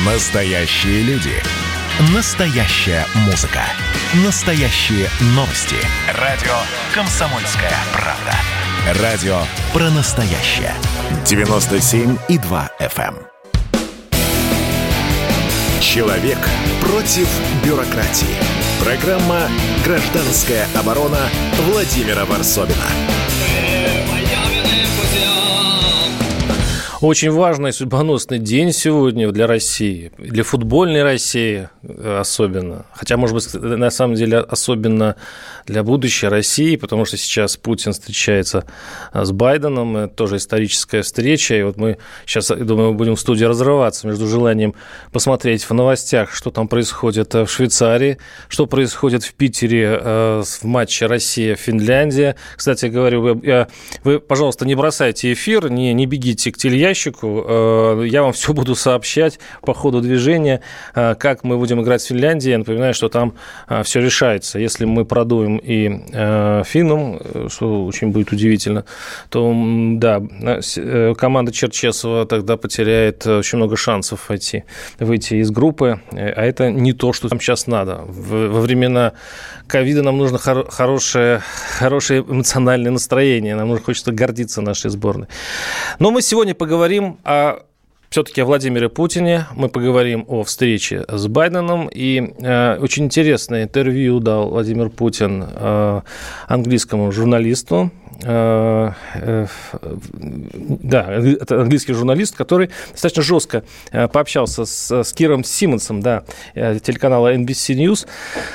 Настоящие люди. Настоящая музыка. Настоящие новости. Радио «Комсомольская правда». Радио про настоящее. 97,2 FM. Человек против бюрократии. Программа «Гражданская оборона» Владимира Варсобина. Очень важный и судьбоносный день сегодня для России, для футбольной России особенно. Хотя, может быть, на самом деле особенно для будущей России, потому что сейчас Путин встречается с Байденом, это тоже историческая встреча, и вот мы сейчас, я думаю, будем в студии разрываться между желанием посмотреть в новостях, что там происходит в Швейцарии, что происходит в Питере в матче Россия-Финляндия. Кстати говоря, вы, пожалуйста, не бросайте эфир, не бегите к телеящику, я вам все буду сообщать по ходу движения, как мы будем играть в Финляндии. Я напоминаю, что там все решается. Если мы продуем и финнам, что очень будет удивительно, то да, команда Черчесова тогда потеряет очень много шансов выйти из группы, а это не то, что нам сейчас надо. Во времена ковида нам нужно хорошее эмоциональное настроение, нам хочется гордиться нашей сборной. Но мы сегодня поговорим все-таки о Владимире Путине, мы поговорим о встрече с Байденом, и очень интересное интервью дал Владимир Путин английскому журналисту. Да, это английский журналист, который достаточно жестко пообщался с Киром Симмонсом, да, телеканала NBC News.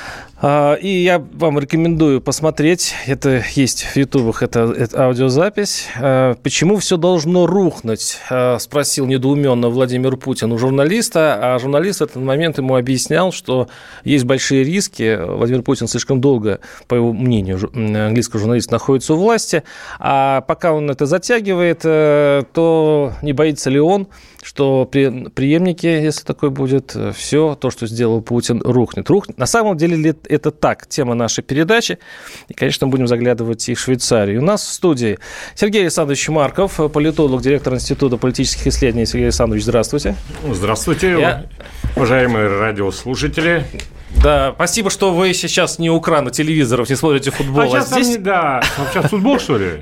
И я вам рекомендую посмотреть, это есть в ютубах, это аудиозапись. Почему все должно рухнуть, спросил недоуменно Владимир Путин у журналиста, а журналист в этот момент ему объяснял, что есть большие риски. Владимир Путин слишком долго, по его мнению, английский журналист находится у власти, а пока он это затягивает, то не боится ли он, что при преемнике, если такой будет, все то, что сделал Путин, рухнет. На самом деле это так, тема нашей передачи. И, конечно, будем заглядывать и в Швейцарию. У нас в студии Сергей Александрович Марков, политолог, директор Института политических исследований. Сергей Александрович, здравствуйте. Здравствуйте, уважаемые радиослушатели. Да, спасибо, что вы сейчас не у экрана телевизоров, не смотрите футбол. А сейчас здесь... сейчас футбол, что ли?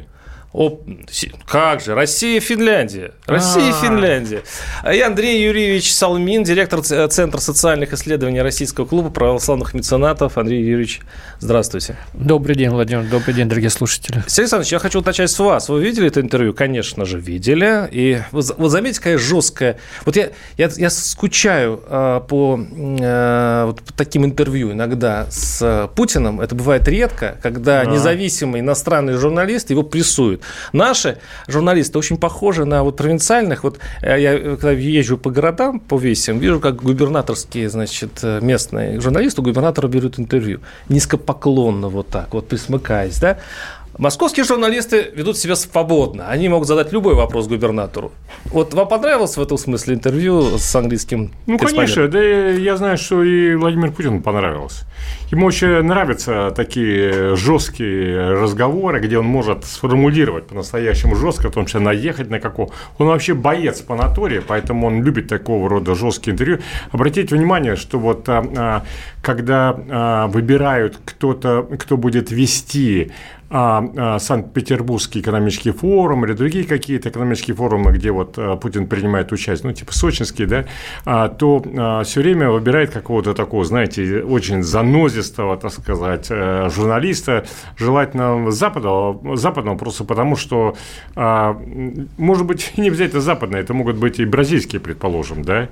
Как же, Россия-Финляндия. Россия-Финляндия. И Андрей Юрьевич Салмин, директор Центра социальных исследований Российского клуба православных меценатов. Андрей Юрьевич, здравствуйте. Добрый день, Владимир. Добрый день, дорогие слушатели. Сергей Александрович, я хочу начать с вас. Вы видели это интервью? Конечно же, видели. И вы заметите, какая жесткая... Вот я скучаю по таким интервью иногда с Путиным. Это бывает редко, когда независимый иностранный журналист его прессует. Наши журналисты очень похожи на провинциальных. Я когда езжу по городам, по весям, вижу, как губернаторские, местные журналисты у губернатора берут интервью. Низкопоклонно присмыкаясь, да. Московские журналисты ведут себя свободно. Они могут задать любой вопрос губернатору. Вам понравилось в этом смысле интервью с английским корреспондентом? Конечно. Да я знаю, что и Владимиру Путину понравилось. Ему очень нравятся такие жесткие разговоры, где он может сформулировать по-настоящему жестко, в том числе наехать на какого. Он вообще боец по натуре, поэтому он любит такого рода жесткие интервью. Обратите внимание, что когда выбирают кто будет вести Санкт-Петербургский экономический форум или другие какие-то экономические форумы, где Путин принимает участие, типа сочинский, да, то все время выбирает какого-то такого, знаете, очень занозистого, так сказать, журналиста, желательно западного, просто потому что, может быть, не обязательно западные, это могут быть и бразильские, предположим, да,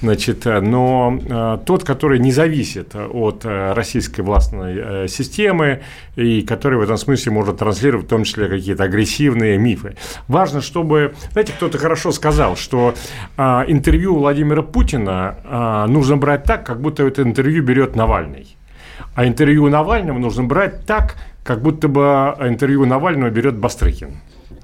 но тот, который не зависит от российской властной системы и который в этом смысле может транслировать в том числе какие-то агрессивные мифы. Важно, чтобы... Знаете, кто-то хорошо сказал, что интервью Владимира Путина нужно брать так, как будто это интервью берет Навальный. А интервью Навального нужно брать так, как будто бы интервью Навального берет Бастрыкин.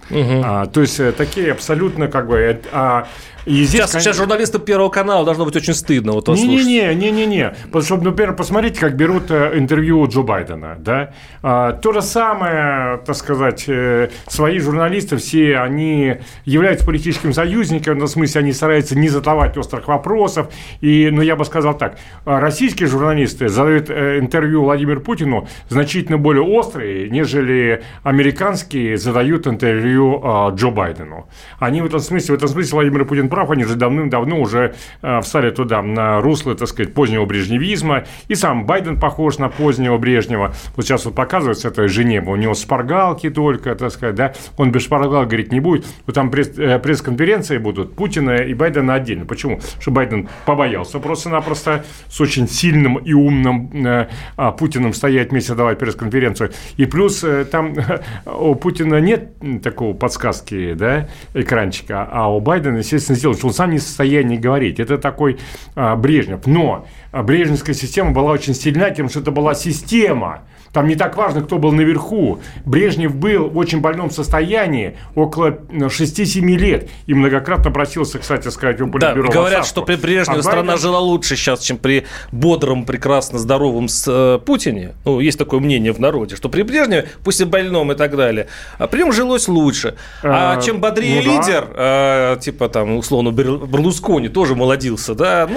То есть такие абсолютно как бы... И здесь, сейчас журналистам Первого канала должно быть очень стыдно вот это слушать. Не. Потому что, например, посмотрите, как берут интервью Джо Байдена. Да? То же самое, так сказать, свои журналисты, все они являются политическим союзником, в смысле, они стараются не задавать острых вопросов. Но я бы сказал так, российские журналисты задают интервью Владимиру Путину значительно более острые, нежели американские задают интервью Джо Байдену. Они в этом смысле Владимир Путин прав, они же давным-давно уже встали туда на русло, так сказать, позднего брежневизма, и сам Байден похож на позднего Брежнева. Вот сейчас вот показывается это Женева, у него шпаргалки только, так сказать, да, он без шпаргалок говорить не будет. Вот там пресс-конференции будут Путина и Байдена отдельно. Почему? Что Байден побоялся просто-напросто с очень сильным и умным Путиным стоять вместе, давать пресс-конференцию. И плюс там у Путина нет такого подсказки, да, экранчика, а у Байдена, естественно, сделать, что он сам не в состоянии говорить. Это такой Брежнев. Но брежневская система была очень сильна тем, что это была система. Там не так важно, кто был наверху. Брежнев был в очень больном состоянии около 6-7 лет. И многократно просился, кстати сказать, у Политбюро. Да, говорят, что при Брежневе страна жила лучше сейчас, чем при бодром, прекрасно здоровом Путине. Ну, есть такое мнение в народе, что при Брежневе, пусть и больном и так далее, а при нем жилось лучше. А чем бодрее лидер, типа там, условно, Берлускони тоже молодился, да?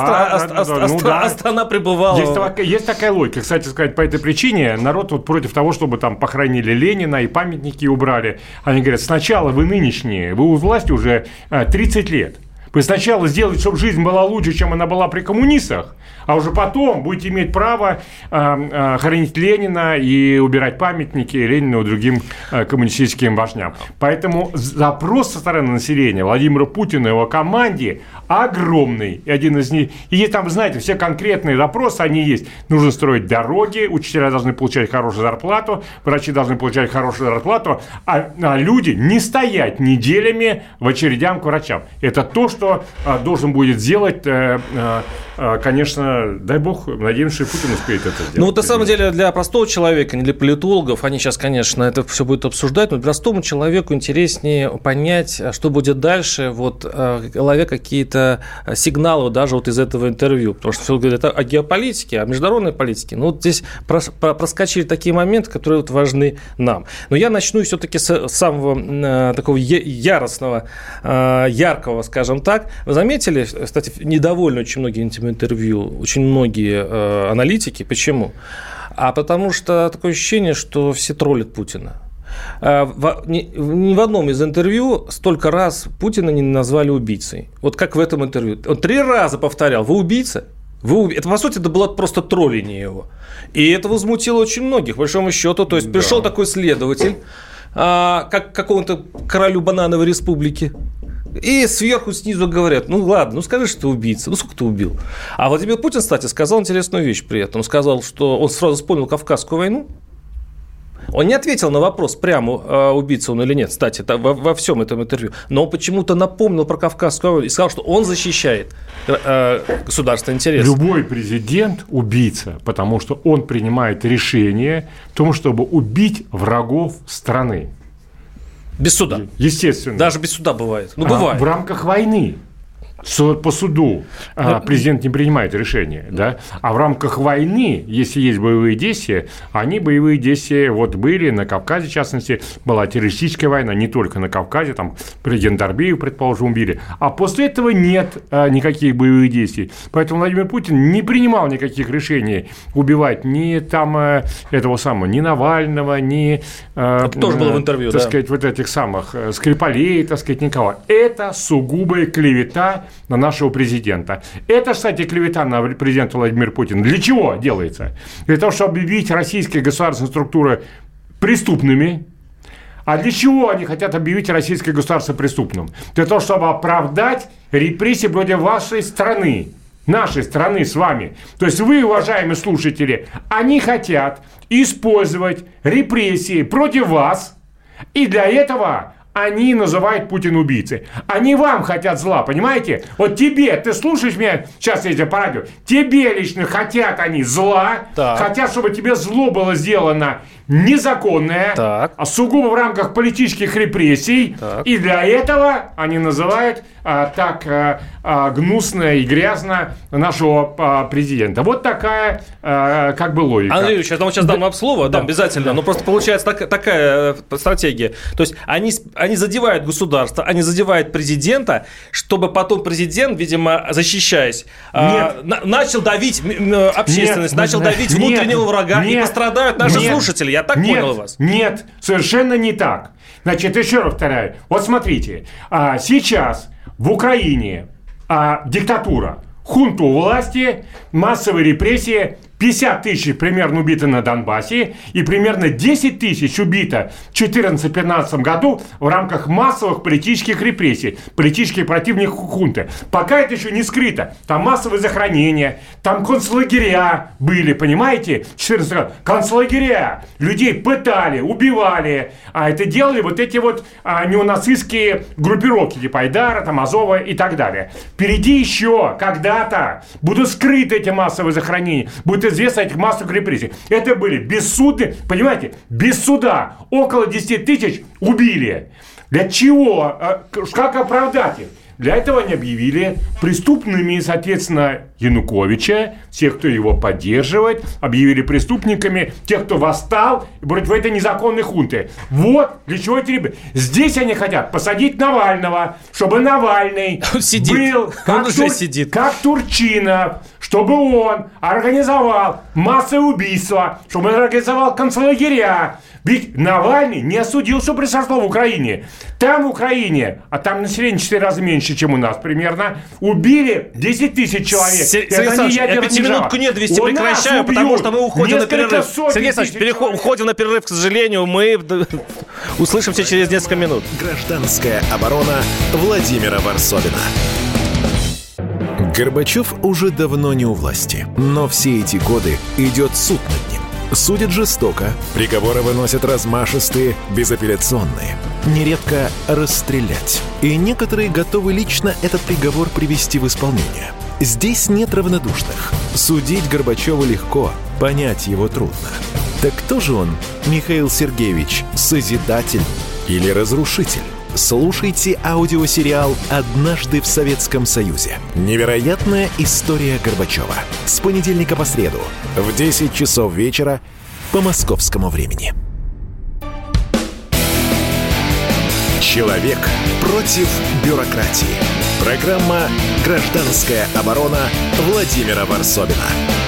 А страна пребывала... Есть такая логика. Кстати сказать, по этой причине народ вот против того, чтобы там похоронили Ленина и памятники убрали. Они говорят, сначала вы нынешние, вы у власти уже 30 лет. Вы сначала сделайте, чтобы жизнь была лучше, чем она была при коммунистах, а уже потом будете иметь право хоронить Ленина и убирать памятники Ленину и другим коммунистическим вождям. Поэтому запрос со стороны населения Владимира Путина и его команде огромный. И один из них... И там, знаете, все конкретные запросы, они есть. Нужно строить дороги, учителя должны получать хорошую зарплату, врачи должны получать хорошую зарплату, а люди не стоять неделями в очередях к врачам. Это то, что должен будет сделать, конечно, дай бог, надеемся, что Путин успеет это сделать. Ну, вот на самом деле, для простого человека, не для политологов, они сейчас, конечно, это все будут обсуждать, но простому человеку интереснее понять, что будет дальше, вот в голове какие-то сигналы даже вот из этого интервью, потому что все говорят о геополитике, о международной политике, но вот здесь проскочили такие моменты, которые вот важны нам. Но я начну все-таки с самого такого яростного, яркого, скажем так. Вы заметили, кстати, недовольны очень многие этим интервью, очень многие аналитики. Почему? А потому что такое ощущение, что все троллят Путина. Ни в одном из интервью столько раз Путина не назвали убийцей. Вот как в этом интервью. Он 3 раза повторял: вы убийца? Это, по сути, это было просто тролление его. И это возмутило очень многих, по большому счету. То есть пришел такой следователь, как какому-то королю банановой республики, и сверху, снизу говорят: ну ладно, ну скажи, что ты убийца, ну сколько ты убил. А Владимир Путин, кстати, сказал интересную вещь при этом. Он сказал, что он сразу вспомнил Кавказскую войну. Он не ответил на вопрос, прямо убийца он или нет, кстати, во всем этом интервью. Но он почему-то напомнил про Кавказскую войну и сказал, что он защищает государственные интересы. Любой президент – убийца, потому что он принимает решение в том, чтобы убить врагов страны. Без суда. Естественно. Даже без суда бывает. Ну, бывает. В рамках войны. По суду президент не принимает решения, да? А в рамках войны, если есть боевые действия, боевые действия вот были на Кавказе, в частности, была террористическая война, не только на Кавказе, там президент Арбеев, предположим, убили, а после этого нет никаких боевых действий. Поэтому Владимир Путин не принимал никаких решений убивать ни там этого самого, ни Навального, ни... Это тоже было в интервью, так сказать, вот этих самых Скрипалей, так сказать, никого. Это сугубая клевета на нашего президента. Это, кстати, клевета на президента Владимира Путина. Для чего делается? Для того, чтобы объявить российские государственные структуры преступными. А для чего они хотят объявить российское государство преступным? Для того, чтобы оправдать репрессии против вашей страны. Нашей страны с вами. То есть вы, уважаемые слушатели, они хотят использовать репрессии против вас. И для этого... они называют Путина убийцей. Они вам хотят зла, понимаете? Вот тебе, ты слушаешь меня, сейчас я тебе по радио, тебе лично хотят они зла, хотят, чтобы тебе зло было сделано незаконная, сугубо в рамках политических репрессий. И для этого они называют так гнусно и грязно нашего президента. Вот такая как бы логика. Андрей Юрьевич, я вам сейчас дам вам слово, да, обязательно, но просто получается такая стратегия. То есть они задевают государство, они задевают президента, чтобы потом президент, видимо, защищаясь, начал давить общественность, начал давить внутреннего врага, и пострадают наши слушатели. Я так понял вас? Нет, совершенно не так. Значит, еще раз повторяю. Вот смотрите, сейчас в Украине диктатура, хунта у власти, массовые репрессии, 50 тысяч примерно убито на Донбассе и примерно 10 тысяч убито в 2014-2015 году в рамках массовых политических репрессий, политических противников хунты. Пока это еще не скрыто. Там массовые захоронения, там концлагеря были, понимаете? 14 году. Концлагеря. Людей пытали, убивали. А это делали вот эти вот неонацистские группировки типа Айдара, там, Азова и так далее. Впереди еще когда-то будут скрыты эти массовые захоронения. Будет известно этих массовых репрессий. Это были бессудные, понимаете, без суда. Около 10 тысяч убили. Для чего? Как оправдать их? Для этого они объявили преступными, соответственно, Януковича, всех, кто его поддерживает, объявили преступниками тех, кто восстал против этой незаконной хунты. Вот для чего эти ребята. Здесь они хотят посадить Навального, чтобы Навальный был как Турчинов, чтобы он организовал массовое убийство, чтобы он организовал концлагеря. Ведь Навальный не осудил, что произошло в Украине. Там в Украине, а там население 4 раза меньше, чем у нас примерно, убили 10 тысяч человек. Сергей Александрович, я 5-минутку не довести прекращаю, потому что мы уходим на перерыв. Сергей Александрович, уходим на перерыв, к сожалению, мы услышимся через несколько минут. Гражданская оборона Владимира Варсобина. Горбачев уже давно не у власти, но все эти годы идет суд над ним. Судят жестоко, приговоры выносят размашистые, безапелляционные. Нередко расстрелять. И некоторые готовы лично этот приговор привести в исполнение. Здесь нет равнодушных. Судить Горбачева легко, понять его трудно. Так кто же он, Михаил Сергеевич, созидатель или разрушитель? Слушайте аудиосериал «Однажды в Советском Союзе». Невероятная история Горбачева. С понедельника по среду в 10 часов вечера по московскому времени. Человек против бюрократии. Программа «Гражданская оборона» Владимира Варсобина.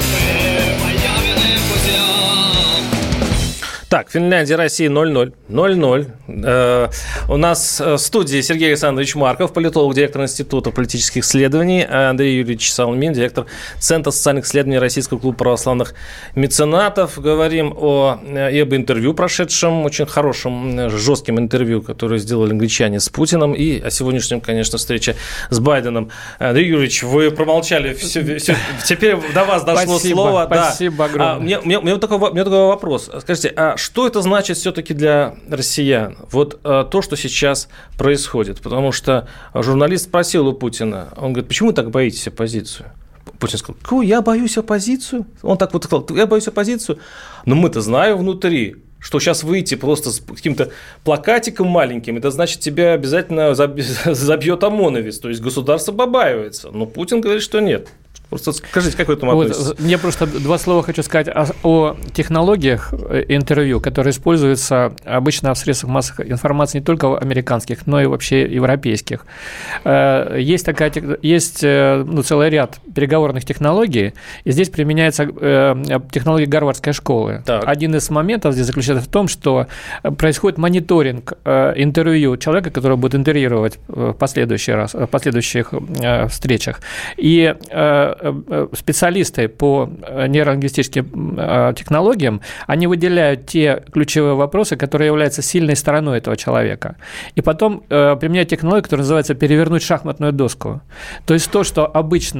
Так, Финляндия, Россия 0-0. 0-0. У нас в студии Сергей Александрович Марков, политолог, директор Института политических исследований, Андрей Юрьевич Салмин, директор Центра социальных исследований Российского клуба православных меценатов. Говорим и об интервью прошедшем, очень хорошем, жестким интервью, которое сделали англичане с Путиным, и о сегодняшнем, конечно, встрече с Байденом. Андрей Юрьевич, вы промолчали, все, теперь до вас дошло слово. Спасибо огромное. У меня такой вопрос. Скажите, а что это значит все-таки для россиян? Вот то, что сейчас происходит. Потому что журналист спросил у Путина, он говорит, почему вы так боитесь оппозицию? Путин сказал, я боюсь оппозицию? Он так вот сказал, я боюсь оппозицию? Но мы-то знаем внутри, что сейчас выйти просто с каким-то плакатиком маленьким, это значит, тебя обязательно забьет ОМОНовец, то есть государство побаивается. Но Путин говорит, что нет. Просто скажите, как вы к этому относитесь? Мне просто два слова хочу сказать о технологиях интервью, которые используются обычно в средствах массовой информации не только американских, но и вообще европейских. Есть целый ряд переговорных технологий, и здесь применяется технология Гарвардской школы. Так. Один из моментов здесь заключается в том, что происходит мониторинг интервью человека, который будет интервьюировать в последующих встречах. И специалисты по нейролингвистическим технологиям, они выделяют те ключевые вопросы, которые являются сильной стороной этого человека. И потом применяют технологию, которая называется «перевернуть шахматную доску». То есть то, что обычно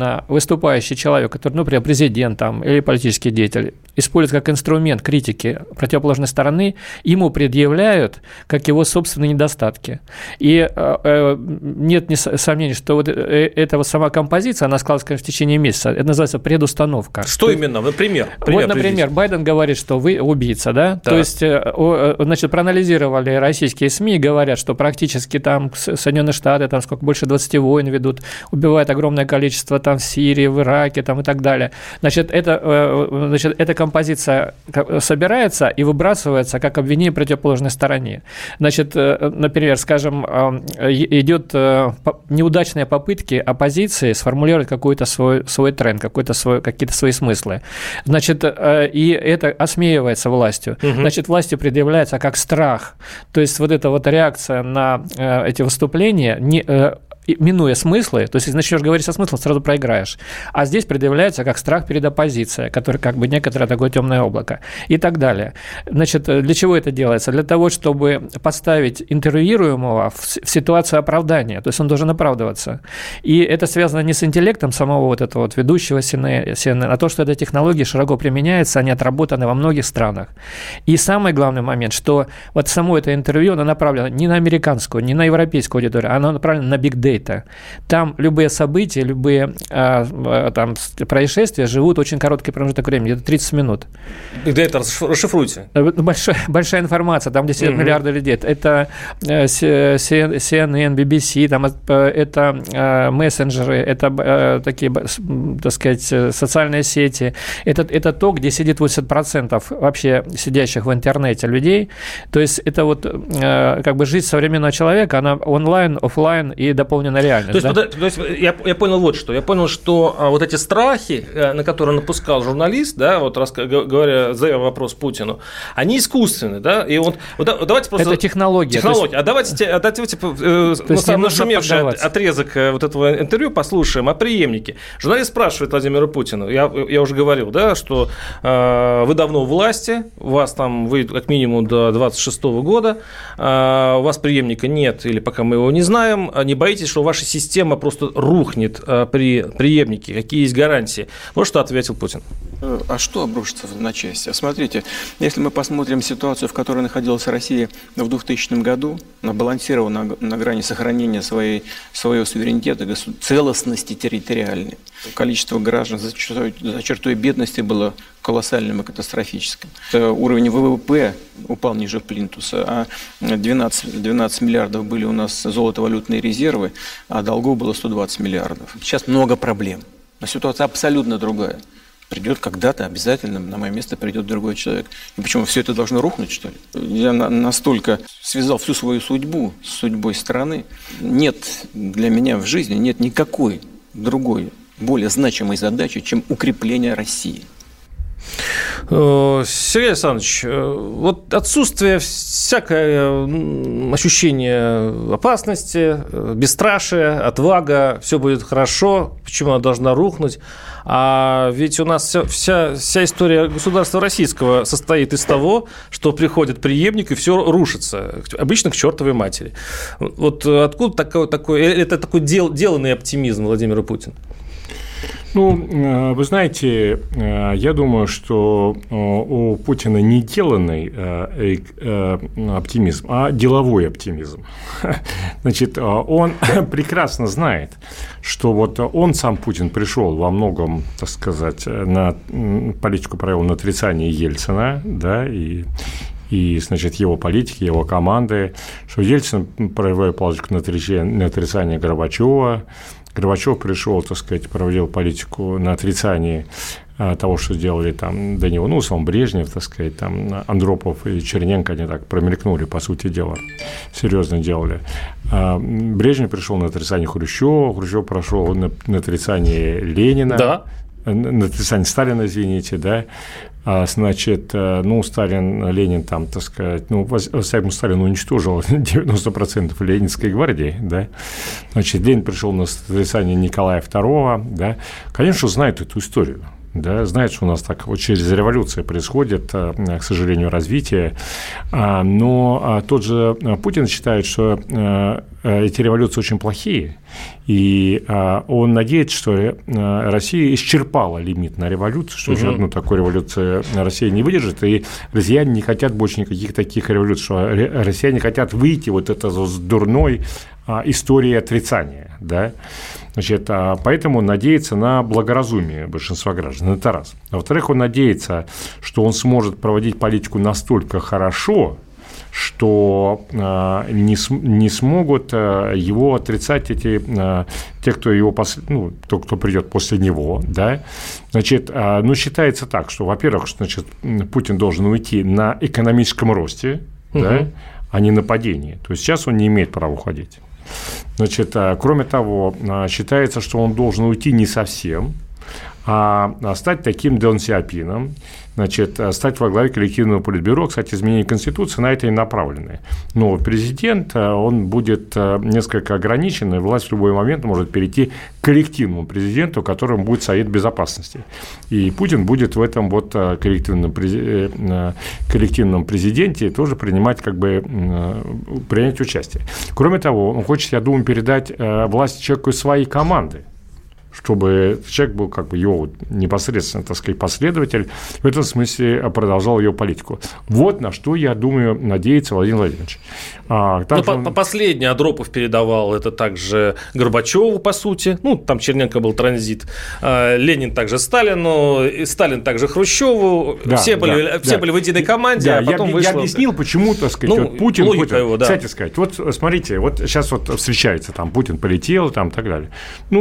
выступающий человек, который, например, президент там, или политический деятель, использует как инструмент критики противоположной стороны, ему предъявляют как его собственные недостатки. И нет сомнений, что вот эта вот сама композиция, она складывается, конечно, в течение месяца. Это называется предустановка. Что именно? Например? Вот, например, Байден говорит, что вы убийца, да? Да. То есть, значит, проанализировали российские СМИ, говорят, что практически там Соединенные Штаты, там сколько, больше 20 войн ведут, убивают огромное количество там в Сирии, в Ираке там и так далее. Значит, эта композиция собирается и выбрасывается как обвинение противоположной стороне. Значит, например, скажем, идет неудачные попытки оппозиции сформулировать какой-то свой тренд, какие-то свои смыслы. Значит, и это осмеивается властью. Значит, власти предъявляется как страх. То есть вот эта вот реакция на эти выступления, минуя смыслы, то есть если начнешь говорить со смыслом, сразу проиграешь. А здесь предъявляется как страх перед оппозицией, который как бы некоторое такое темное облако и так далее. Значит, для чего это делается? Для того, чтобы поставить интервьюируемого в ситуацию оправдания, то есть он должен оправдываться. И это связано не с интеллектом самого вот этого вот ведущего CNN, а то, что эта технология широко применяется, они отработаны во многих странах. И самый главный момент, что вот само это интервью, оно направлено не на американскую, не на европейскую аудиторию, оно направлено на big data. Там любые события, любые там происшествия живут очень короткий промежуток времени, где-то 30 минут. Где-то расшифруйте. Большая информация, там 10 миллиардов людей. Это CNN, BBC, там, это мессенджеры, это такие, так сказать, социальные сети. Это то, где сидит 80% вообще сидящих в интернете людей. То есть это вот как бы жизнь современного человека, она онлайн, офлайн и дополнена на реальность. То есть я понял вот что. Я понял, что вот эти страхи, на которые напускал журналист, да, вот задавая вопрос Путину, они искусственны, да, и вот давайте просто... Это технология. А давайте нашумевший отрезок вот этого интервью послушаем о преемнике. Журналист спрашивает Владимира Путина, я уже говорил, да, что вы давно у власти, вы как минимум до 26 года, у вас преемника нет, или пока мы его не знаем, не боитесь, что ваша система просто рухнет при преемнике? Какие есть гарантии? Вот что ответил Путин. А что обрушится на части? Смотрите, если мы посмотрим ситуацию, в которой находилась Россия в 2000 году, она балансировала на грани сохранения своего суверенитета, целостности территориальной. Количество граждан за чертой бедности было колоссальным и катастрофическим. Уровень ВВП упал ниже плинтуса, а 12 миллиардов были у нас золотовалютные резервы, а долгов было 120 миллиардов. Сейчас много проблем, но ситуация абсолютно другая. Придет когда-то, обязательно на мое место придет другой человек. И почему все это должно рухнуть, что ли? Я настолько связал всю свою судьбу с судьбой страны. Нет для меня в жизни нет никакой другой, более значимой задачи, чем укрепление России. Сергей Александрович, вот отсутствие всякое ощущение опасности, бесстрашие, отвага, все будет хорошо, почему она должна рухнуть? А ведь у нас вся история государства российского состоит из того, что приходит преемник и все рушится, обычно к чертовой матери. Вот откуда такой деланный оптимизм Владимира Путина? Ну, вы знаете, я думаю, что у Путина не деланный оптимизм, а деловой оптимизм. Значит, он прекрасно знает, что вот он сам, Путин, пришел во многом, так сказать, на политику провел на отрицание Ельцина, да, и, значит, его политики, его команды, что Ельцин проявил политику на отрицание Горбачева. Горбачев пришел, так сказать, проводил политику на отрицании того, что сделали там до него, сам Брежнев, так сказать, там Андропов и Черненко, они так промелькнули, по сути дела, серьезно делали. Брежнев пришел на отрицание Хрущева, Хрущев прошел на отрицание Ленина, да. На отрицание Сталина, извините, да. Значит, Сталин, Ленин там, так сказать, Сталин уничтожил 90% Ленинской гвардии, да. Значит, Ленин пришел на отрицание Николая II, да. Конечно, знает эту историю. да, знает, что у нас так вот через революцию происходит, к сожалению, развитие, но тот же Путин считает, что эти революции очень плохие, и он надеется, что Россия исчерпала лимит на революцию, что еще одну такую революцию Россия не выдержит, и россияне не хотят больше никаких таких революций, что россияне хотят выйти вот это с дурной истории отрицания, да. Значит, поэтому он надеется на благоразумие большинства граждан. Это раз. Во-вторых, он надеется, что он сможет проводить политику настолько хорошо, что не смогут его отрицать те, кто его кто придет после него, да. Значит, считается так, что, во-первых, Путин должен уйти на экономическом росте, да, а не на падении. То есть сейчас он не имеет права уходить. Значит, кроме того, считается, что он должен уйти не совсем, а стать таким Дэн Сяопином, значит, стать во главе коллективного политбюро. Кстати, изменения Конституции на это и направлены. Но президент, он будет несколько ограничен, и власть в любой момент может перейти к коллективному президенту, которым будет Совет Безопасности. И Путин будет в этом вот коллективном президенте тоже принять участие. Кроме того, он хочет, я думаю, передать власть человеку из своей команды, чтобы человек был его непосредственно, так сказать, последователь, в этом смысле продолжал ее политику. Вот на что, я думаю, надеется Владимир Владимирович. Последний Андропов передавал это также Горбачеву, по сути. Там Черненко был транзит. Ленин также Сталину, Сталин также Хрущеву. Да, все были в единой команде, а потом вышло... Я объяснил, почему, так сказать, Путин... его, да. Кстати сказать, вот смотрите, вот сейчас вот встречается, там Путин полетел, там и так далее.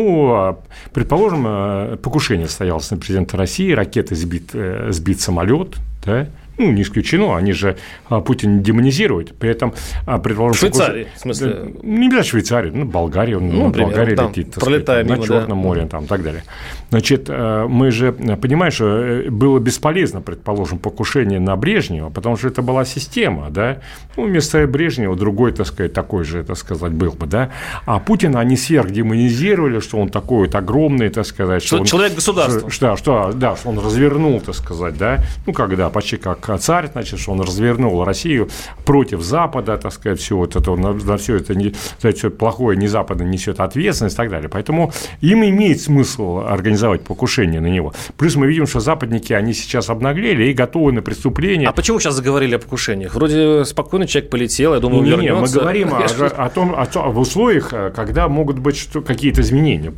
Предположим, покушение состоялось на президента России, ракетой сбит самолет, да? Не исключено, они же Путин демонизирует, при этом, предположим... Швейцарии, в смысле? Не обязательно Швейцарии, Болгария, Болгария летит, так сказать, на Черном море, там, и так далее. Значит, мы же понимаем, что было бесполезно, предположим, покушение на Брежнева, потому что это была система, да, вместо Брежнева другой, так сказать, такой же, так сказать, был бы, да, а Путина они сверхдемонизировали, что он такой вот огромный, так сказать, что человек государства. Что он развернул, так сказать, да, почти как царь, значит, что он развернул Россию против Запада, так сказать, все вот это, на все это, за все плохое не Запада несет ответственность и так далее. Поэтому им имеет смысл организовать покушение на него. Плюс мы видим, что западники, они сейчас обнаглели и готовы на преступления. А почему сейчас заговорили о покушениях? Вроде спокойно человек полетел, я думаю, вернется. Нет, мы говорим о том, в условиях, когда могут быть какие-то изменения.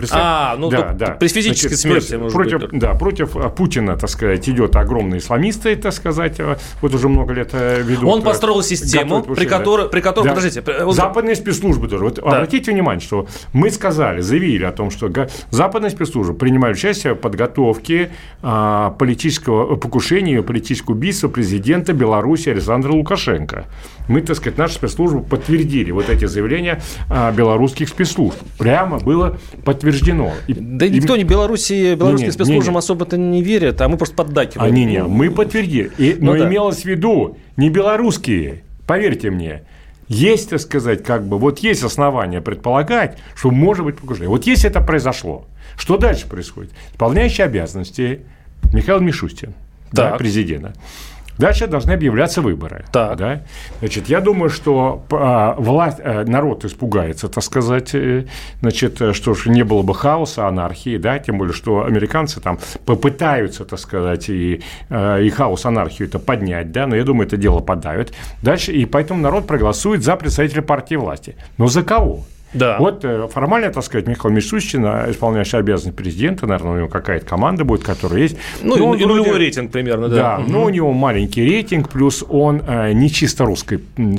При физической смерти, против Путина, так сказать, идет огромные исламисты, так сказать, вот уже много лет ведут. Он построил систему, при которой подождите. Западные спецслужбы тоже. Вот обратите внимание, что мы заявили о том, что западные спецслужбы принимают участие в подготовке политического покушения, политического убийства президента Беларуси Александра Лукашенко. Мы, так сказать, наши спецслужбы подтвердили вот эти заявления белорусских спецслужб. Прямо было подтверждено. Никто не белорусским спецслужбам особо-то не верит, а мы просто поддакиваем. Мы подтвердили. Но имелось в виду не белорусские, поверьте мне. Есть, так сказать, вот есть основания предполагать, что может быть покушение. Вот если это произошло, что дальше происходит? Исполняющий обязанности Михаил Мишустин, президента. Дальше должны объявляться выборы. Да? Значит, я думаю, что народ испугается, так сказать, что не было бы хаоса, анархии, да? Тем более, что американцы там попытаются, так сказать, и хаос, анархию это поднять, да? Но я думаю, это дело подавят. Дальше, и поэтому народ проголосует за представителя партии власти. Но за кого? Да. Вот формально, так сказать, Михаил Мишустин, исполняющий обязанности президента, наверное, у него какая-то команда будет, которая есть. И нулевой рейтинг примерно, да. Да, но у него маленький рейтинг, плюс он не чисто русский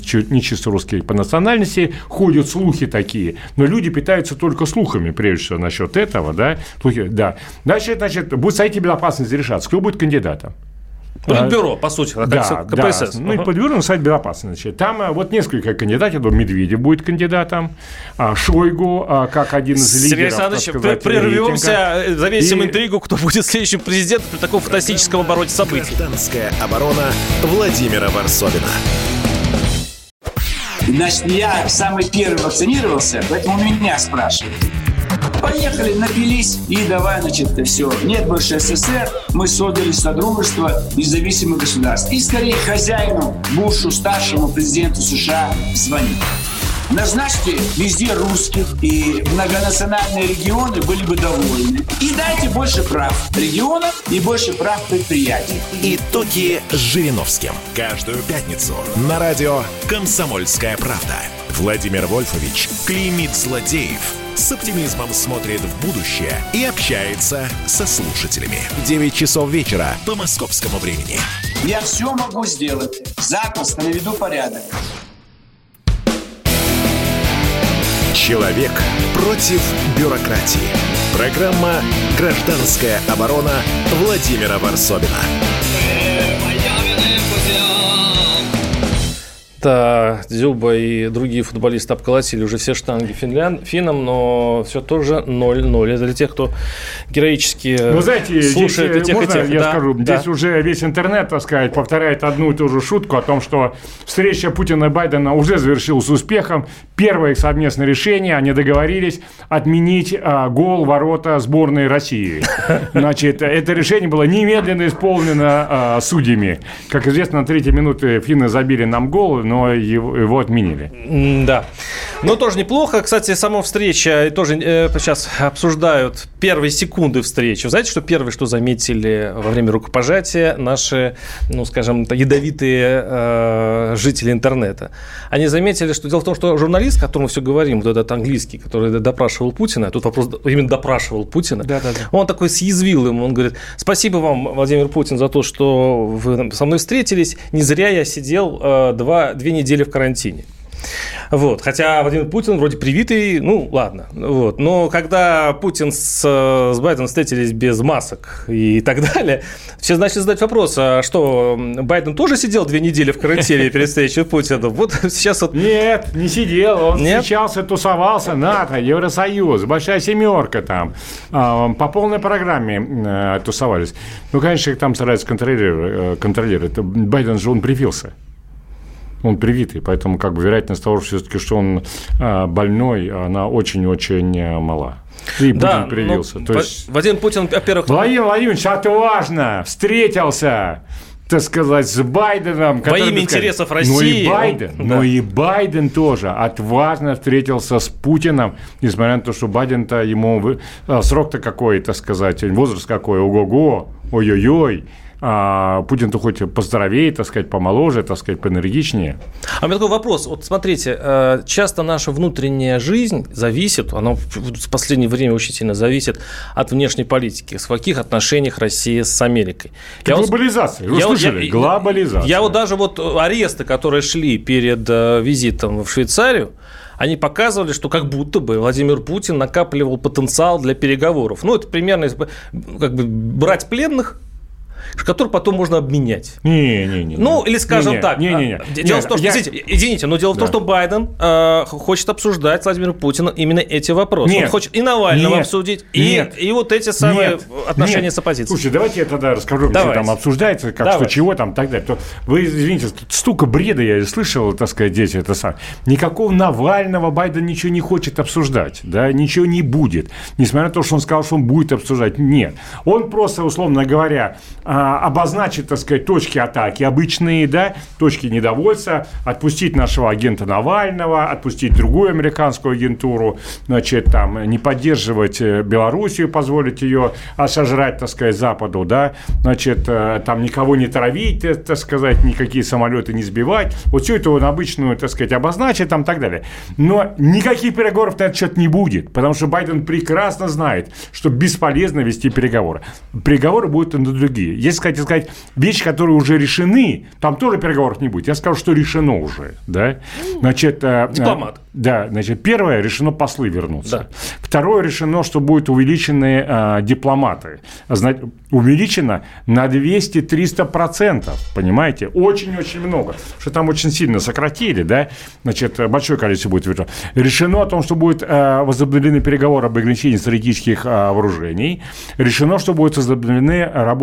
по национальности, ходят слухи такие, но люди питаются только слухами, прежде всего, насчет этого, да. Слухи, да. Дальше, будет Совет Безопасности решаться, кто будет кандидатом. Политбюро, по сути, КПСС. И Политбюро на Совет Безопасности. Там вот несколько кандидатов. Медведев будет кандидатом, Шойгу как один из лидеров. Сергей Александрович, прервемся, завесим интригу, кто будет следующим президентом при таком фантастическом обороте событий. Гражданская оборона Владимира Варсовина. Значит, я самый первый вакцинировался, поэтому меня спрашивают. Поехали, напились и давай, все. Нет больше СССР, мы создали Содружество независимых государств. И скорее хозяину, Бушу, старшему президенту США звонить. Назначьте везде русских, и многонациональные регионы были бы довольны. И дайте больше прав регионам и больше прав предприятий. Итоги с Жириновским. Каждую пятницу на радио «Комсомольская правда». Владимир Вольфович клеймит злодеев, с оптимизмом смотрит в будущее и общается со слушателями. 9 часов вечера по московскому времени. Я все могу сделать. Запросто наведу порядок. Человек против бюрократии. Программа «Гражданская оборона» Владимира Варсобина. Да, Дзюба и другие футболисты обколотили уже все штанги финнам, но все тоже 0-0. Это для тех, кто героически слушает и тех, можно, и тех. Я скажу, здесь уже весь интернет, так сказать, повторяет одну и ту же шутку о том, что встреча Путина и Байдена уже завершилась успехом. Первое их совместное решение, они договорились отменить гол в ворота сборной России. Значит, это решение было немедленно исполнено судьями. Как известно, на 3-й минуте финны забили нам гол, но его отменили. Да. Но тоже неплохо. Кстати, сама встреча тоже сейчас обсуждают первые секунды встречи. Вы знаете, что первое, что заметили во время рукопожатия наши, скажем, ядовитые жители интернета? Они заметили, что дело в том, что журналист, о котором мы все говорим, вот этот английский, который допрашивал Путина, тут вопрос именно допрашивал Путина, он такой съязвил ему, он говорит: спасибо вам, Владимир Путин, за то, что вы со мной встретились, не зря я сидел 2 недели в карантине. Вот. Хотя Владимир Путин вроде привитый, ладно. Вот. Но когда Путин с Байденом встретились без масок и так далее, все начали задать вопрос, а что, Байден тоже сидел 2 недели в карантине перед встречей Путина? Вот сейчас вот... Нет, не сидел, он встречался, тусовался, НАТО, Евросоюз, Большая Семерка там, по полной программе тусовались. Конечно, их там стараются контролировать. Байден же, он привился. Он привитый, поэтому вероятность того, что он больной, она очень-очень мала. И Путин привился. То есть... Владимир Путин, во-первых... Владимир Владимирович отважно встретился, так сказать, с Байденом. Во имя интересов России. Но и Байден тоже отважно встретился с Путиным, несмотря на то, что Байден-то ему срок-то какой, так сказать, возраст какой, ого-го, ой-ой-ой. Путин-то хоть поздоровее, так сказать, помоложе, так сказать, поэнергичнее. А у меня такой вопрос. Вот смотрите, часто наша внутренняя жизнь зависит, она в последнее время очень сильно зависит от внешней политики. В каких отношениях Россия с Америкой. Глобализация. Вы слышали? Глобализация. Я даже аресты, которые шли перед визитом в Швейцарию, они показывали, что как будто бы Владимир Путин накапливал потенциал для переговоров. Это примерно брать пленных, который потом можно обменять. Или, скажем так. Дело в том, что, извините, но дело в том, что Байден хочет обсуждать с Владимиром Путиным именно эти вопросы. Он хочет и Навального обсудить, и вот эти самые отношения с оппозицией. Слушай, давайте я тогда расскажу, что там обсуждается, что, чего там и так далее. Вы, извините, столько бреда я слышал, так сказать, здесь это самое. Никакого Навального Байден ничего не хочет обсуждать, да, ничего не будет. Несмотря на то, что он сказал, что он будет обсуждать. Нет. Он просто, условно говоря, обозначить, так сказать, точки атаки обычные, да, точки недовольства, отпустить нашего агента Навального, отпустить другую американскую агентуру, значит, там, не поддерживать Белоруссию, позволить ее сожрать, так сказать, Западу, да, значит, там никого не травить, так сказать, никакие самолеты не сбивать, вот все это он обычную, так сказать, обозначит, там, и так далее. Но никаких переговоров на этот счет не будет, потому что Байден прекрасно знает, что бесполезно вести переговоры. Переговоры будут на другие. Если, кстати сказать, вещи, которые уже решены, там тоже переговоров не будет. Я скажу, что решено уже, да. Значит, дипломат. Да, значит, первое, решено послы вернуться. Да. Второе, решено, что будут увеличены дипломаты. Значит, увеличено на 200-300%, понимаете? Очень-очень много. Что там очень сильно сократили, да. Значит, большое количество будет вернуто. Решено о том, что будут возобновлены переговоры об ограничении стратегических вооружений. Решено, что будут возобновлены рабочие группы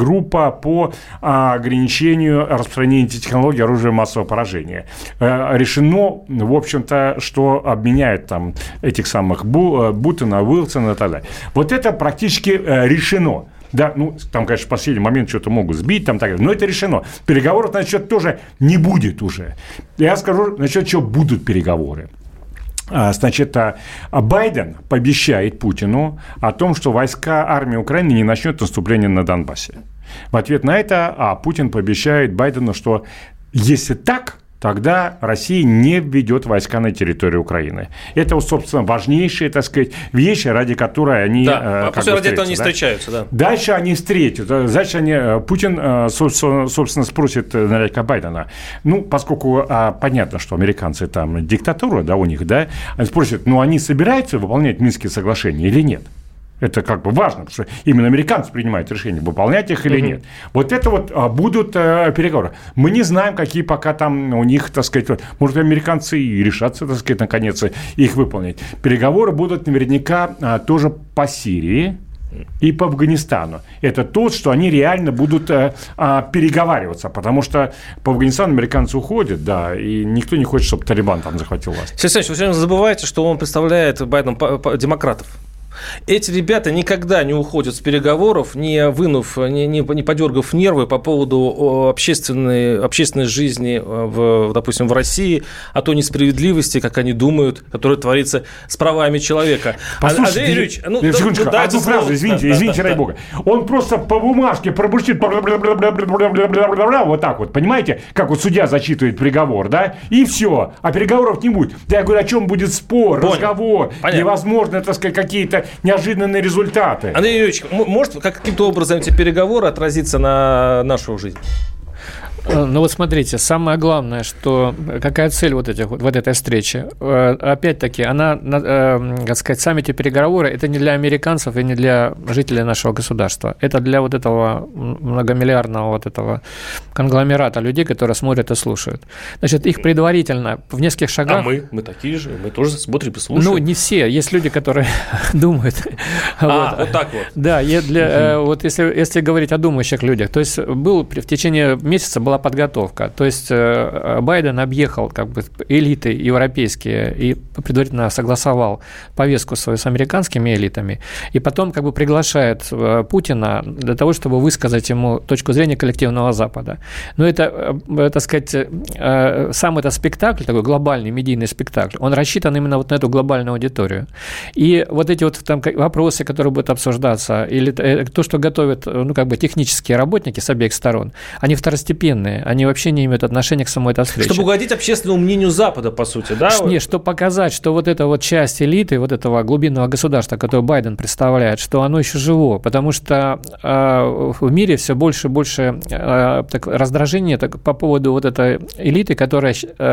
группа по ограничению распространения технологий оружия массового поражения. Решено, в общем-то, что обменяют там этих самых Бутона, Уилсона и так далее. Вот это практически решено. Да, там, конечно, в последний момент что-то могут сбить, там, так далее, но это решено. Переговоров на этот счет тоже не будет уже. Я скажу, насчет чего будут переговоры. Значит, Байден пообещает Путину о том, что армия Украины не начнет наступление на Донбассе. В ответ на это Путин пообещает Байдену, что если так, тогда Россия не введет войска на территорию Украины. Это, собственно, важнейшие, так сказать, вещи, ради которой они ради этого они встречаются. Да. Дальше они встретятся. Дальше Путин, собственно, спросит наверняка Байдена. Поскольку понятно, что американцы там диктатура, да, у них, да, они спросят, они собираются выполнять Минские соглашения или нет? Это как бы важно, потому что именно американцы принимают решение, выполнять их или нет. Вот это вот будут переговоры. Мы не знаем, какие пока там у них, так сказать, может, американцы и решатся, так сказать, наконец их выполнить. Переговоры будут наверняка тоже по Сирии и по Афганистану. Это то, что они реально будут переговариваться, потому что по Афганистану американцы уходят, да, и никто не хочет, чтобы Талибан там захватил власть. Сергей Алексеевич, вы все время забываете, что он представляет Байден демократов. Эти ребята никогда не уходят с переговоров, не подергав нервы по поводу общественной жизни, допустим, в России, о той несправедливости, как они думают, которая творится с правами человека. Послушайте, Андрей Юрьевич, секундочку, одну фразу, извините, ради бога. Он просто по бумажке пробурчит вот так вот, понимаете, как вот судья зачитывает приговор, да, и все, а переговоров не будет. Я говорю, о чем будет спор, разговор, невозможно, так сказать, какие-то неожиданные результаты. Андрей Юрьевич, может каким-то образом эти переговоры отразиться на нашу жизнь? Вот смотрите, самое главное, что какая цель вот этой встречи. Опять-таки, так сказать, сами эти переговоры, это не для американцев и не для жителей нашего государства. Это для вот этого многомиллиардного вот этого конгломерата людей, которые смотрят и слушают. Значит, их предварительно в нескольких шагах... Мы такие же, мы тоже смотрим и слушаем. Не все. Есть люди, которые думают. Вот так вот. Да, вот если говорить о думающих людях, то есть в течение месяца была подготовка. То есть Байден объехал как бы элиты европейские и предварительно согласовал повестку свою с американскими элитами, и потом как бы приглашает Путина для того, чтобы высказать ему точку зрения коллективного Запада. Но это, так сказать, сам этот спектакль, такой глобальный медийный спектакль, он рассчитан именно вот на эту глобальную аудиторию. И вот эти вот там вопросы, которые будут обсуждаться, или то, что готовят технические работники с обеих сторон, они второстепенные. Они вообще не имеют отношения к самой этой встрече. Чтобы угодить общественному мнению Запада, по сути, да? Нет, чтобы показать, что вот эта вот часть элиты, вот этого глубинного государства, которое Байден представляет, что оно еще живо, потому что в мире все больше и больше раздражения по поводу вот этой элиты, которая,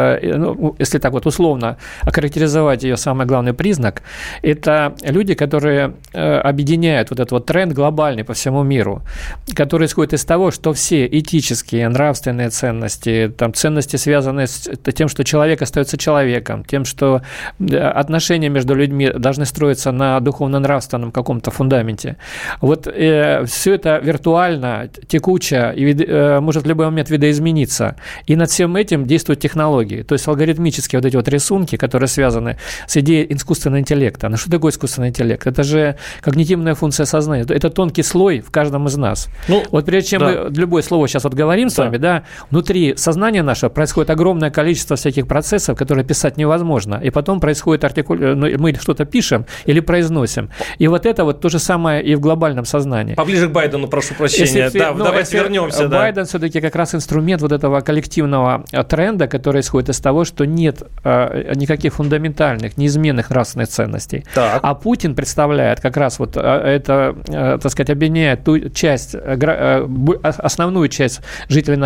если так вот условно охарактеризовать ее самый главный признак, это люди, которые объединяют вот этот вот тренд глобальный по всему миру, который исходит из того, что все этические, нравственные ценности, там, ценности, связанные с тем, что человек остается человеком, тем, что отношения между людьми должны строиться на духовно-нравственном каком-то фундаменте. Вот все это виртуально, текуче и может в любой момент видоизмениться. И над всем этим действуют технологии. То есть алгоритмические вот эти вот рисунки, которые связаны с идеей искусственного интеллекта. Ну что такое искусственный интеллект? Это же когнитивная функция сознания. Это тонкий слой в каждом из нас. Вот прежде чем мы любое слово сейчас вот говорим с вами, да, внутри сознания нашего происходит огромное количество всяких процессов, которые писать невозможно. И потом происходит мы что-то пишем или произносим. И вот это вот то же самое и в глобальном сознании. Поближе к Байдену, прошу прощения. Давайте вернемся. Байден все-таки как раз инструмент вот этого коллективного тренда, который исходит из того, что нет никаких фундаментальных, неизменных нравственных ценностей. Так. А Путин представляет как раз вот это, так сказать, объединяет ту часть, основную часть жителей нашей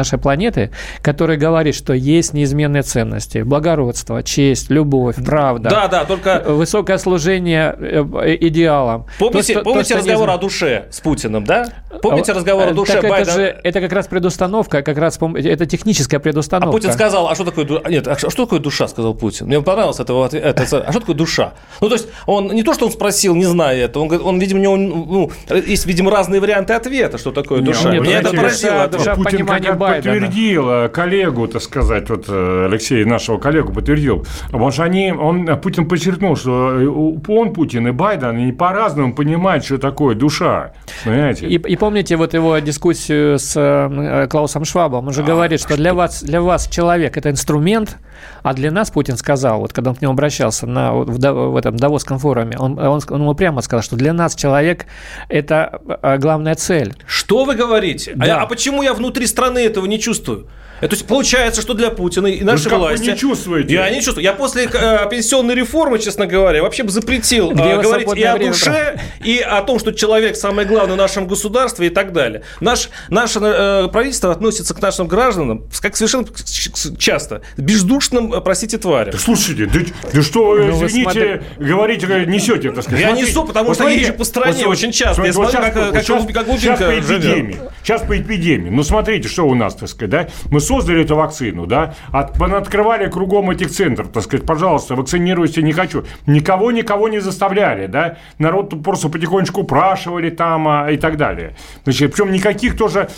нашей планеты, который говорит, что есть неизменные ценности: благородство, честь, любовь, правда. Да, только... Высокое служение идеалам. Помните разговор о душе с Путиным, да? Помните разговор о душе Байдена? Это как раз предустановка, это техническая предустановка. А Путин сказал, а что такое душа, сказал Путин. Мне понравилось это ответ. А что такое душа? Ну, то есть, он не то, что он спросил, не зная это, он видимо, у него есть, видимо, разные варианты ответа, что такое душа. Меня это поразило. Путин как подтвердил коллегу, так сказать, вот Алексей, нашего коллегу, подтвердил. Потому что Путин подчеркнул, что Путин и Байден, они по-разному понимают, что такое душа. Понимаете? И помните вот его дискуссию с Клаусом Швабом? Он же говорит, что для вас человек – это инструмент, а для нас, Путин сказал, вот когда он к нему обращался в этом Давосском форуме, он ему прямо сказал, что для нас человек – это главная цель. Что вы говорите? Да. А почему я внутри страны этого не чувствую? То есть получается, что для Путина и нашей власти... Вы не чувствуете? Я не чувствую. Я после пенсионной реформы, честно говоря, вообще бы запретил говорить и о душе, и о том, что человек самое главное в нашем государстве и так далее. Наше правительство относится к нашим гражданам, как совершенно часто, бездушным, простите, тварям. Да слушайте, да что вы, извините, говорите, несете, так сказать. Я несу, потому что езжу по стране очень часто. Я смотрю, как глупенько живет. Сейчас по эпидемии. Ну, смотрите, что у нас, так сказать, да? Мы создали эту вакцину, да, открывали кругом этих центров, так сказать, пожалуйста, вакцинируйте, не хочу. Никого не заставляли, да, народ просто потихонечку упрашивали там и так далее. Значит, причем никаких тоже,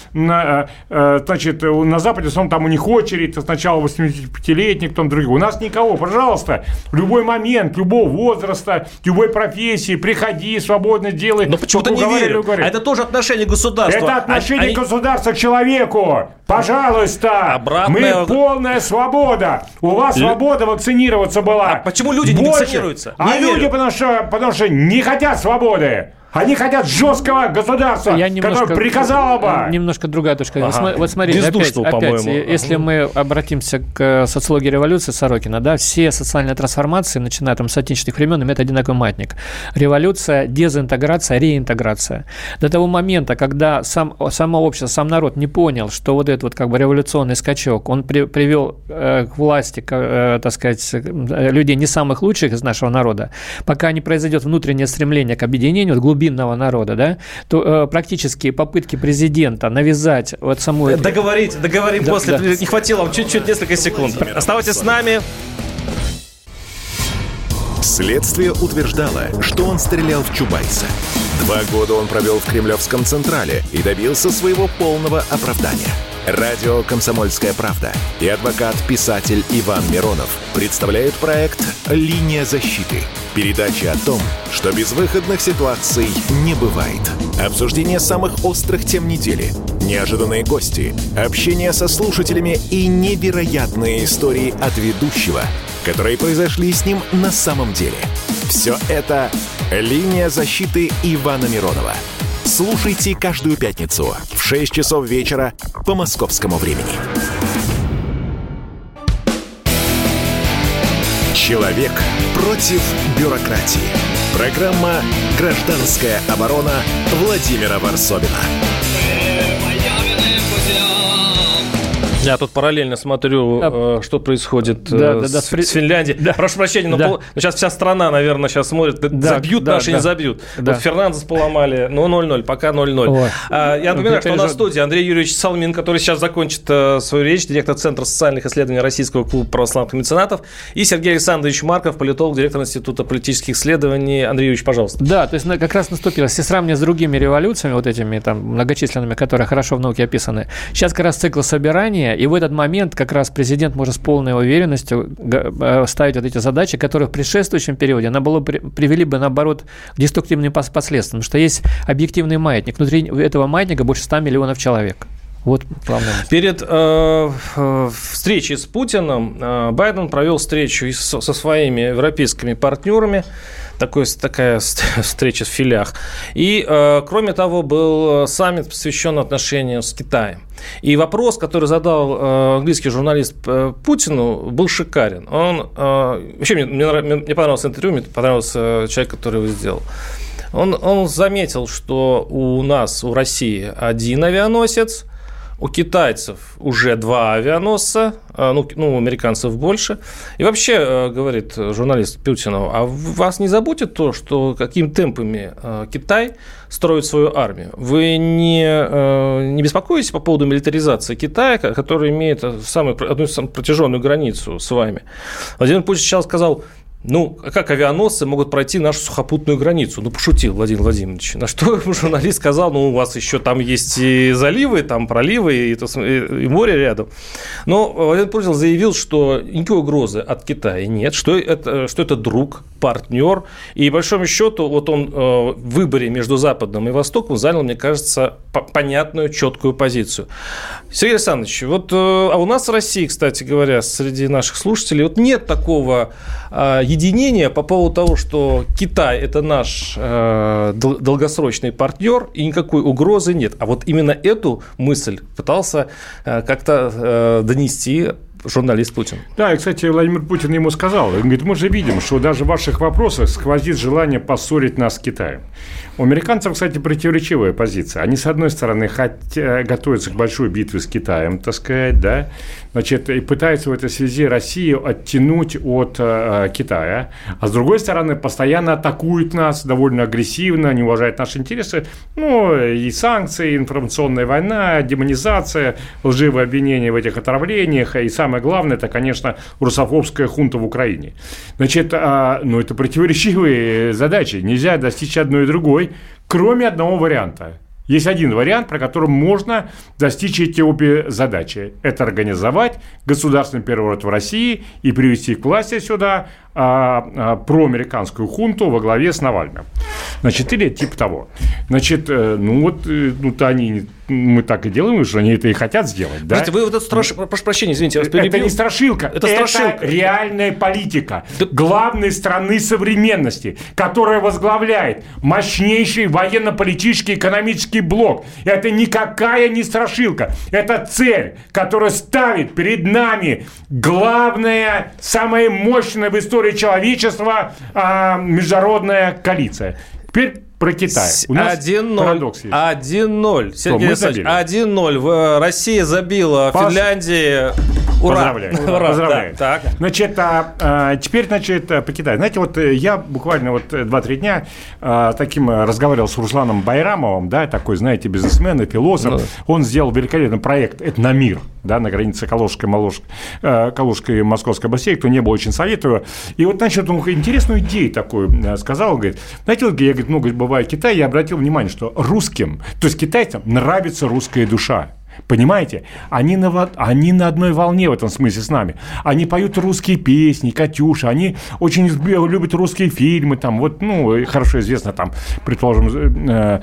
значит, на Западе, там у них очередь, сначала 85-летних, потом других. У нас никого, пожалуйста, в любой момент, любого возраста, любой профессии, приходи, свободно делай. Но почему-то не верю. А это тоже отношение государства. Это отношение государства к человеку. Пожалуйста. Мы полная свобода. У вас свобода вакцинироваться была. А почему люди не вакцинируются? Люди, потому что не хотят свободы. Они хотят жесткого государства, которое приказало бы. Немножко другая точка. Вот смотрите, опять, если мы обратимся к социологии революции Сорокина, да, все социальные трансформации, начиная там с античных времен, имеют одинаковый маятник. Революция, дезинтеграция, реинтеграция. До того момента, когда само общество, сам народ не понял, что вот этот вот как бы революционный скачок, он привел к власти, так сказать, людей не самых лучших из нашего народа, пока не произойдет внутреннее стремление к объединению, глубинного народа, да, то практически попытки президента навязать вот саму... Договорим после. Да. Не хватило вам чуть-чуть, несколько секунд. Оставайтесь с нами. Следствие утверждало, что он стрелял в Чубайса. 2 года он провел в Кремлевском Централе и добился своего полного оправдания. Радио «Комсомольская правда» и адвокат-писатель Иван Миронов представляют проект «Линия защиты». Передача о том, что безвыходных ситуаций не бывает. Обсуждение самых острых тем недели, неожиданные гости, общение со слушателями и невероятные истории от ведущего, которые произошли с ним на самом деле. Все это «Линия защиты» Ивана Миронова. Слушайте каждую пятницу в 6 часов вечера по московскому времени. Человек против бюрократии. Программа «Гражданская оборона» Владимира Варсобина. Я тут параллельно смотрю, что происходит с Финляндией. Да. Прошу прощения, но сейчас вся страна, наверное, сейчас смотрит, забьют наши, не забьют. Да. Вот Фернандес поломали, 0-0, пока 0-0. Я напоминаю, что у нас в студии Андрей Юрьевич Салмин, который сейчас закончит свою речь, директор Центра социальных исследований Российского клуба православных меценатов, и Сергей Александрович Марков, политолог, директор Института политических исследований. Андрей Юрьевич, пожалуйста. Да, то есть как раз наступило, если сравнивать с другими революциями, вот этими там многочисленными, которые хорошо в науке описаны, сейчас как раз цикл собирания. И в этот момент как раз президент может с полной уверенностью ставить вот эти задачи, которые в предшествующем периоде привели бы, наоборот, к деструктивным последствиям. Потому что есть объективный маятник. Внутри этого маятника больше 100 миллионов человек. Вот главное. Перед встречей с Путиным Байден провел встречу со своими европейскими партнерами. Такая встреча в филях. И, кроме того, был саммит, посвященный отношениям с Китаем. И вопрос, который задал английский журналист Путину, был шикарен. Вообще, мне понравилось интервью, мне понравился человек, который его сделал. Он заметил, что у нас, у России, один авианосец, У китайцев уже 2 авианосца, ну, у американцев больше. И вообще, говорит журналист Путинов, а вас не заботит то, что какими темпами Китай строит свою армию? Вы не беспокоитесь по поводу милитаризации Китая, который имеет одну из самых протяженную границу с вами? Владимир Путин сейчас сказал: ну, как авианосцы могут пройти нашу сухопутную границу? Ну, пошутил Владимир Владимирович. На что журналист сказал: ну, у вас еще там есть и заливы, там проливы, и море рядом. Но Владимир Путин заявил, что никакой угрозы от Китая нет, что это друг, партнер. И, по большому счету, вот он в выборе между Западом и Востоком занял, мне кажется, понятную, четкую позицию. Сергей Александрович, вот а у нас в России, кстати говоря, среди наших слушателей, вот нет такого единения по поводу того, что Китай – это наш долгосрочный партнер, и никакой угрозы нет. А вот именно эту мысль пытался как-то донести журналист Путин. Да, и, кстати, Владимир Путин ему сказал, он говорит: мы же видим, что даже в ваших вопросах сквозит желание поссорить нас с Китаем. У американцев, кстати, противоречивая позиция. Они, с одной стороны, готовятся к большой битве с Китаем, так сказать, да, значит, и пытаются в этой связи Россию оттянуть от Китая, а с другой стороны, постоянно атакуют нас довольно агрессивно, не уважают наши интересы, ну, и санкции, и информационная война, демонизация, лживые обвинения в этих отравлениях, и самое главное, это, конечно, русофобская хунта в Украине. Значит, ну, это противоречивые задачи, нельзя достичь одной и другой, кроме одного варианта. Есть один вариант, про который можно достичь эти обе задачи. Это организовать государственный переворот в России и привести к власти сюда проамериканскую хунту во главе с Навальным. Значит, или типа того. Значит, мы так и делаем, что они это и хотят сделать. Да? Знаете, вы вот это прошу прощения, извините, я вас перебью. Это не страшилка, это реальная политика главной страны современности, которая возглавляет мощнейший военно-политический экономический блок. Это никакая не страшилка. Это цель, которая ставит перед нами главная, самая мощная в истории человечества международная коалиция. Теперь про Китай. У нас 1-0. Сергей Александрович, 1-0. Россия забила Финляндии. Ура! Поздравляю. Да, значит, теперь, по Китаю. Знаете, вот я буквально 2-3 дня таким разговаривал с Русланом Байрамовым, да, такой, знаете, бизнесмен и философ. Он сделал великолепный проект «Этномир», да, на границе Калужской и Московской областей. Кто не был, очень советую. И вот, значит, он интересную идею такую сказал. Он говорит: знаете, вот я, много бываю в Китае, я обратил внимание, что русским, то есть китайцам, нравится русская душа. Понимаете? Они на одной волне в этом смысле с нами. Они поют русские песни, «Катюша», они очень любят русские фильмы, там, вот, ну, хорошо известно, там, предположим,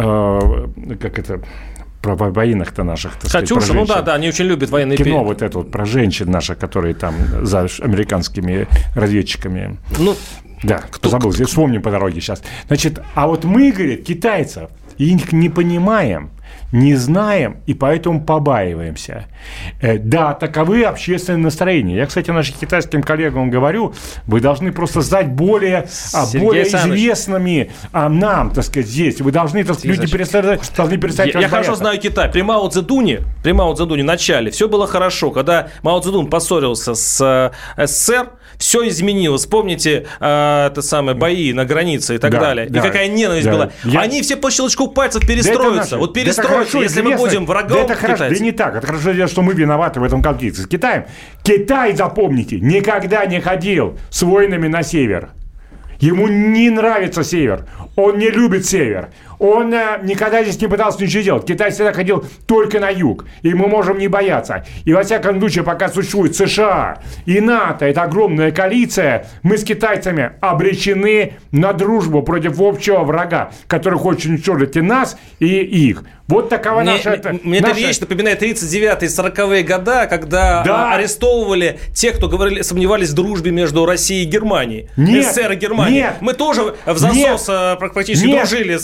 как это... Про военных-то наших, так сказать, «Катюша», ну да, они очень любят военные кино песни. Вот это вот про женщин наших, которые там за американскими разведчиками. Ну, да, забыл, вспомним по дороге сейчас. Значит, а вот мы, говорит, китайцев, их не понимаем, не знаем и поэтому побаиваемся. Да, таковы общественные настроения. Я, кстати, нашим китайским коллегам говорю, вы должны просто стать более известными нам, так сказать, здесь. Вы должны, так сказать, люди должны перестать Я хорошо знаю Китай. При Мао Цзэдуне в начале все было хорошо. Когда Мао Цзэдун поссорился с СССР, все изменилось. Вспомните бои на границе и так далее. И какая ненависть была. Они все по щелчку пальцев перестроятся. Вот перестроятся, если мы будем врагом китайцев. Да не так. Это хорошо, что мы виноваты в этом конфликте с Китаем. Китай, запомните, никогда не ходил с войнами на север. Ему не нравится север. Он не любит север. Он никогда здесь не пытался ничего делать. Китай всегда ходил только на юг. И мы можем не бояться. И во всяком случае, пока существует США и НАТО, это огромная коалиция, мы с китайцами обречены на дружбу против общего врага, который хочет уничтожить и нас, и их. Вот такова наша... Мне эта вещь напоминает 39-е, 40-е годы, когда арестовывали тех, кто сомневались в дружбе между Россией и Германией. СССР и Германией. Мы тоже в засос практически дружили с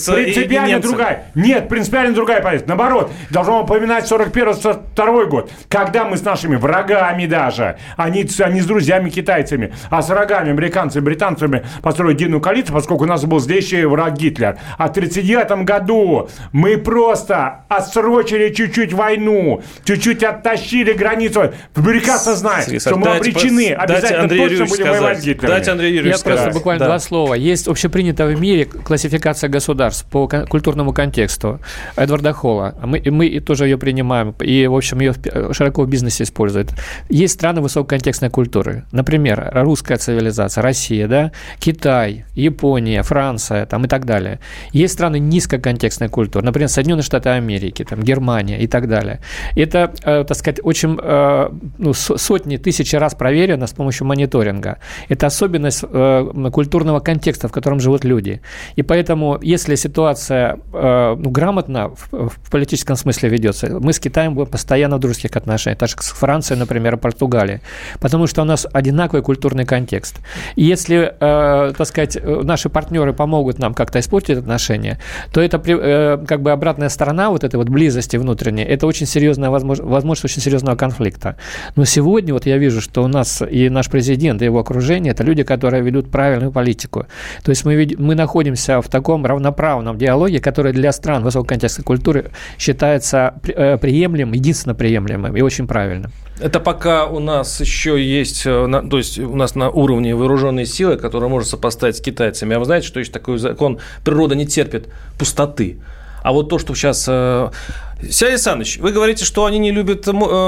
принципиально другая. Нет, принципиально другая позиция. Наоборот, должно упоминать 41-42 год, когда мы с нашими врагами даже, они с друзьями китайцами, а с врагами американцами, британцами построили единую коалицию, поскольку у нас был злейший враг Гитлер. А в 1939 году мы просто отсрочили чуть-чуть войну, чуть-чуть оттащили границу. Прекрасно знает, что мы обречены обязательно точно будем воевать с Гитлером. Дайте Андрею Юрьевичу сказать. Я просто буквально два слова. Есть общепринятая в мире классификация государств по культурному контексту Эдварда Холла. Мы тоже ее принимаем, и, в общем, ее широко в бизнесе используют. Есть страны высококонтекстной культуры. Например, русская цивилизация, Россия, да, Китай, Япония, Франция там, и так далее. Есть страны низкоконтекстной культуры, например, Соединенные Штаты Америки, там, Германия и так далее. Это, так сказать, очень сотни, тысячи раз проверено с помощью мониторинга. Это особенность культурного контекста, в котором живут люди. И поэтому, если ситуация грамотно в политическом смысле ведется, мы с Китаем будем постоянно в дружеских отношениях, так же с Францией, например, и Португалией, потому что у нас одинаковый культурный контекст. И если, так сказать, наши партнеры помогут нам как-то испортить отношения, то это как бы обратная сторона вот этой вот близости внутренней, это очень серьезная возможность очень серьезного конфликта. Но сегодня вот я вижу, что у нас и наш президент, и его окружение – это люди, которые ведут правильную политику. То есть мы находимся в таком равноправном диалоге, который для стран высококонтекстной культуры считается приемлемым, единственно приемлемым и очень правильным. Это пока у нас еще есть, то есть у нас на уровне вооруженные силы, которые можно сопоставить с китайцами. А вы знаете, что есть такой закон: природа не терпит пустоты. А вот то, что сейчас... Сергей Александрович, вы говорите, что они не любят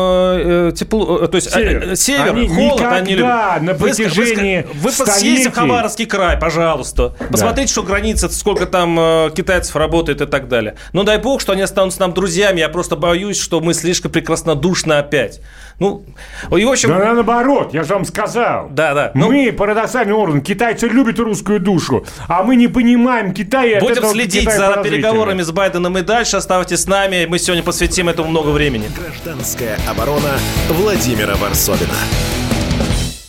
тепло, то есть север, они холод, они любят. На протяжении вы съездите в Хабаровский край, пожалуйста. Посмотрите, что граница, сколько там китайцев работает и так далее. Но дай бог, что они останутся нам друзьями. Я просто боюсь, что мы слишком прекраснодушны опять. Ну, и в общем... Да наоборот, я же вам сказал. Да. Мы, парадоксальный орган, китайцы любят русскую душу, а мы не понимаем Китая. Будем следить за переговорами с Байденом и дальше. Оставайтесь с нами. Мы сегодня посвятим этому много времени. Гражданская оборона Владимира Варсобина.